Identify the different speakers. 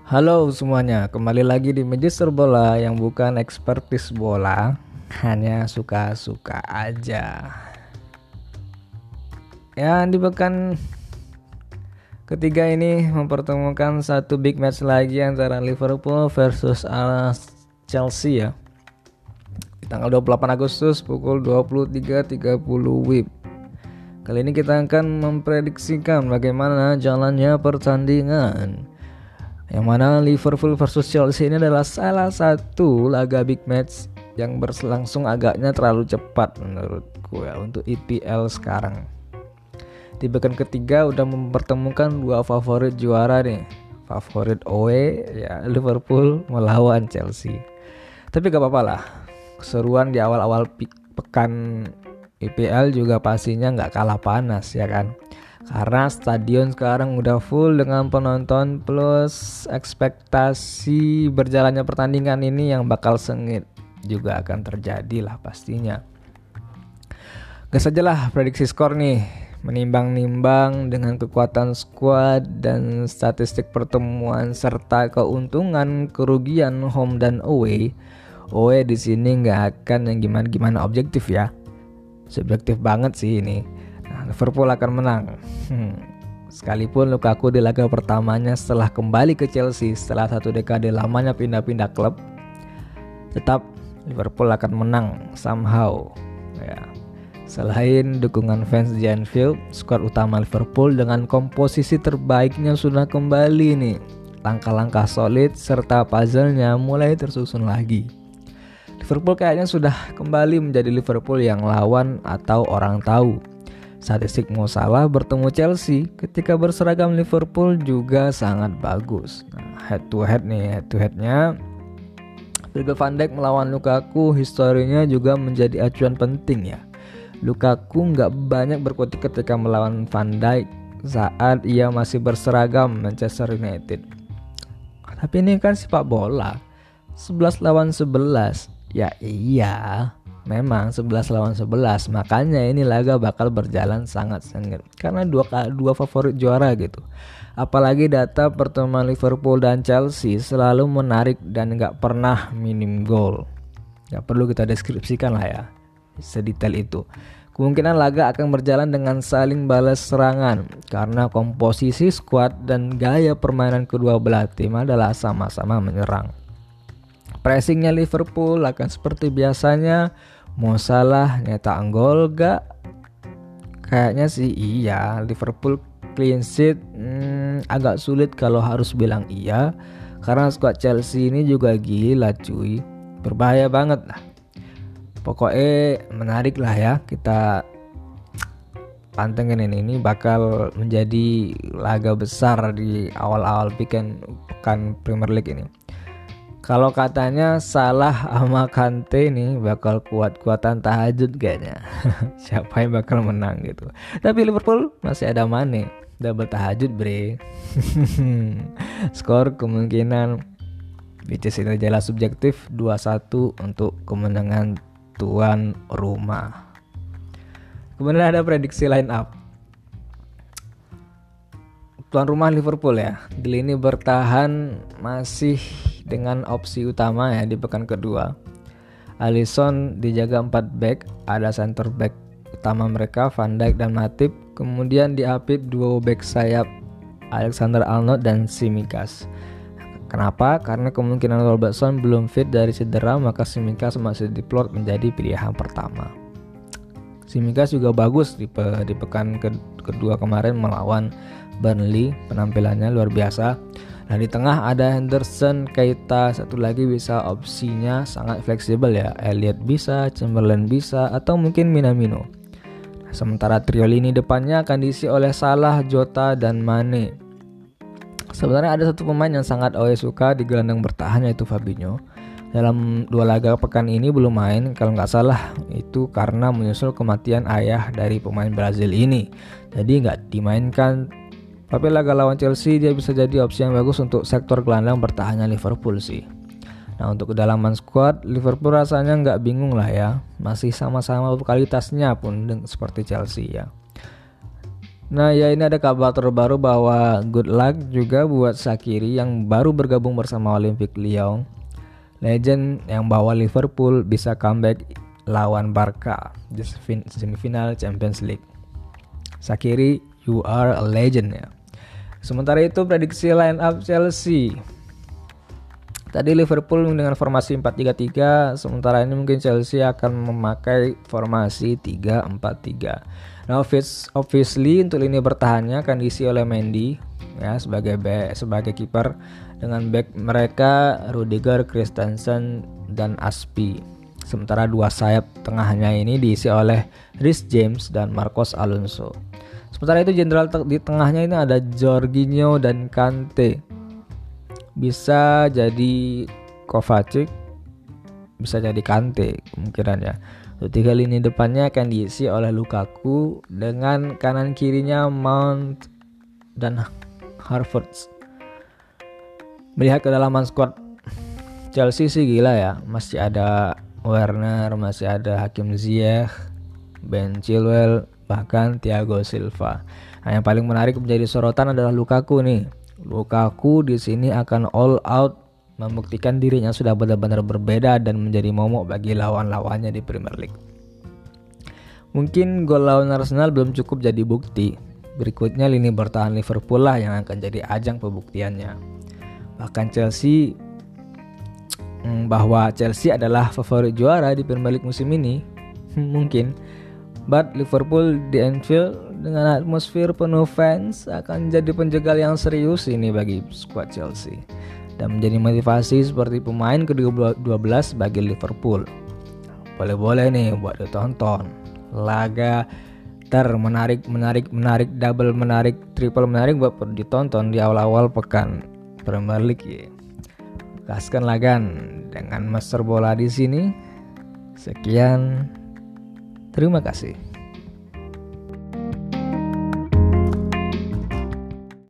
Speaker 1: Halo semuanya, kembali lagi di Magister Bola yang bukan ekspertis bola, hanya suka-suka aja. Ya, di pekan ketiga ini mempertemukan satu big match lagi antara Liverpool versus Chelsea ya. Di tanggal 28 Agustus pukul 23.30 WIB. Kali ini kita akan memprediksikan bagaimana jalannya pertandingan. Yang mana Liverpool versus Chelsea ini adalah salah satu laga big match yang berlangsung agaknya terlalu cepat menurutku ya untuk EPL sekarang. Di pekan ketiga udah mempertemukan dua favorit juara nih. Favorit away ya Liverpool melawan Chelsea. Tapi gak apa-apa lah. Keseruan di awal-awal pekan EPL juga pastinya gak kalah panas ya kan. Karena stadion sekarang udah full dengan penonton plus ekspektasi berjalannya pertandingan ini yang bakal sengit juga akan terjadi lah pastinya. Gas aja lah prediksi skor nih, menimbang-nimbang dengan kekuatan skuad dan statistik pertemuan serta keuntungan kerugian home dan away. Away di sini nggak akan yang gimana-gimana objektif ya, subjektif banget sih ini. Liverpool akan menang. Sekalipun Lukaku di laga pertamanya setelah kembali ke Chelsea setelah satu dekade lamanya pindah-pindah klub, tetap Liverpool akan menang somehow. Ya. Selain dukungan fans di Anfield, skuad utama Liverpool dengan komposisi terbaiknya sudah kembali nih. Langkah-langkah solid serta puzzle-nya mulai tersusun lagi. Liverpool kayaknya sudah kembali menjadi Liverpool yang lawan atau orang tahu. Statistik Mo Salah bertemu Chelsea ketika berseragam Liverpool juga sangat bagus. Head to headnya Virgil van Dijk melawan Lukaku historinya juga menjadi acuan penting ya. Lukaku nggak banyak berkutik ketika melawan Van Dijk saat ia masih berseragam Manchester United. Tapi ini kan sepak bola 11 lawan 11. Ya iya, memang 11 lawan 11, makanya ini laga bakal berjalan sangat sengit karena dua favorit juara gitu. Apalagi data pertemuan Liverpool dan Chelsea selalu menarik dan gak pernah minim gol. Gak perlu kita deskripsikan lah ya sedetail itu. Kemungkinan laga akan berjalan dengan saling balas serangan karena komposisi skuad dan gaya permainan kedua belah tim adalah sama-sama menyerang. Pressingnya Liverpool akan seperti biasanya. Mo Salah nyetak gol gak? Kayaknya sih iya. Liverpool clean sheet agak sulit kalau harus bilang iya, karena skuad Chelsea ini juga gila cuy, berbahaya banget lah. Pokoknya menarik lah ya, kita pantengin ini bakal menjadi laga besar di awal-awal pekan Premier League ini. Kalau katanya Salah sama Kante nih bakal kuat-kuatan tahajud kayaknya. Siapa yang bakal menang gitu. Tapi Liverpool masih ada Mane, double tahajud bre. Skor kemungkinan which is ini jelas subjektif 2-1 untuk kemenangan tuan rumah. Kemudian ada prediksi line up. Tuan rumah Liverpool ya, di lini bertahan masih dengan opsi utama ya di pekan kedua. Alisson dijaga 4 back, ada center back utama mereka Van Dijk dan Matip, kemudian diapit duo back sayap Alexander-Arnold dan Tsimikas. Kenapa? Karena kemungkinan Robertson belum fit dari cedera, maka Tsimikas masih diplot menjadi pilihan pertama. Tsimikas juga bagus di pekan kedua kemarin melawan Burnley, penampilannya luar biasa. Nah di tengah ada Henderson, Keita, satu lagi bisa opsinya sangat fleksibel ya. Elliot bisa, Chamberlain bisa, atau mungkin Minamino. Sementara trio lini depannya akan diisi oleh Salah, Jota, dan Mane. Sebenarnya ada satu pemain yang sangat Oe suka di gelandang bertahan yaitu Fabinho. Dalam 2 laga pekan ini belum main, kalau nggak salah itu karena menyusul kematian ayah dari pemain Brazil ini. Jadi nggak dimainkan. Tapi laga lawan Chelsea dia bisa jadi opsi yang bagus untuk sektor gelandang bertahannya Liverpool sih. Nah untuk kedalaman skuad, Liverpool rasanya nggak bingung lah ya. Masih sama-sama kualitasnya pun seperti Chelsea ya. Nah ya, ini ada kabar terbaru bahwa good luck juga buat Shaqiri yang baru bergabung bersama Olympique Lyon. Legend yang bawa Liverpool bisa comeback lawan Barca di semifinal Champions League. Shaqiri, you are a legend ya. Sementara itu prediksi line up Chelsea. Tadi Liverpool dengan formasi 4-3-3, sementara ini mungkin Chelsea akan memakai formasi 3-4-3. Nah, obviously untuk lini bertahannya akan diisi oleh Mendy ya sebagai kiper, dengan back mereka Rudiger, Christensen dan Aspi. Sementara dua sayap tengahnya ini diisi oleh Reece James dan Marcos Alonso. Sementara itu jenderal di tengahnya ini ada Jorginho dan Kante. Bisa jadi Kovacic, bisa jadi Kante kemungkinannya. Tiga lini depannya akan diisi oleh Lukaku, dengan kanan kirinya Mount dan Havertz. Melihat kedalaman squad Chelsea sih gila ya. Masih ada Werner, masih ada Hakim Ziyech, Ben Chilwell, bahkan Thiago Silva. Nah, yang paling menarik menjadi sorotan adalah Lukaku nih. Lukaku di sini akan all out membuktikan dirinya sudah benar-benar berbeda dan menjadi momok bagi lawan-lawannya di Premier League. Mungkin gol lawan Arsenal belum cukup jadi bukti. Berikutnya lini bertahan Liverpool lah yang akan jadi ajang pembuktiannya. Bahkan bahwa Chelsea adalah favorit juara di Premier League musim ini mungkin. But Liverpool di Anfield dengan atmosfer penuh fans akan jadi penjegal yang serius ini bagi skuad Chelsea dan menjadi motivasi seperti pemain ke-12 bagi Liverpool. Boleh-boleh nih buat ditonton. Laga menarik, double menarik, triple menarik buat ditonton di awal-awal pekan Premier League ya. Gaskan Lagan dengan Master Bola di sini. Sekian. Terima kasih.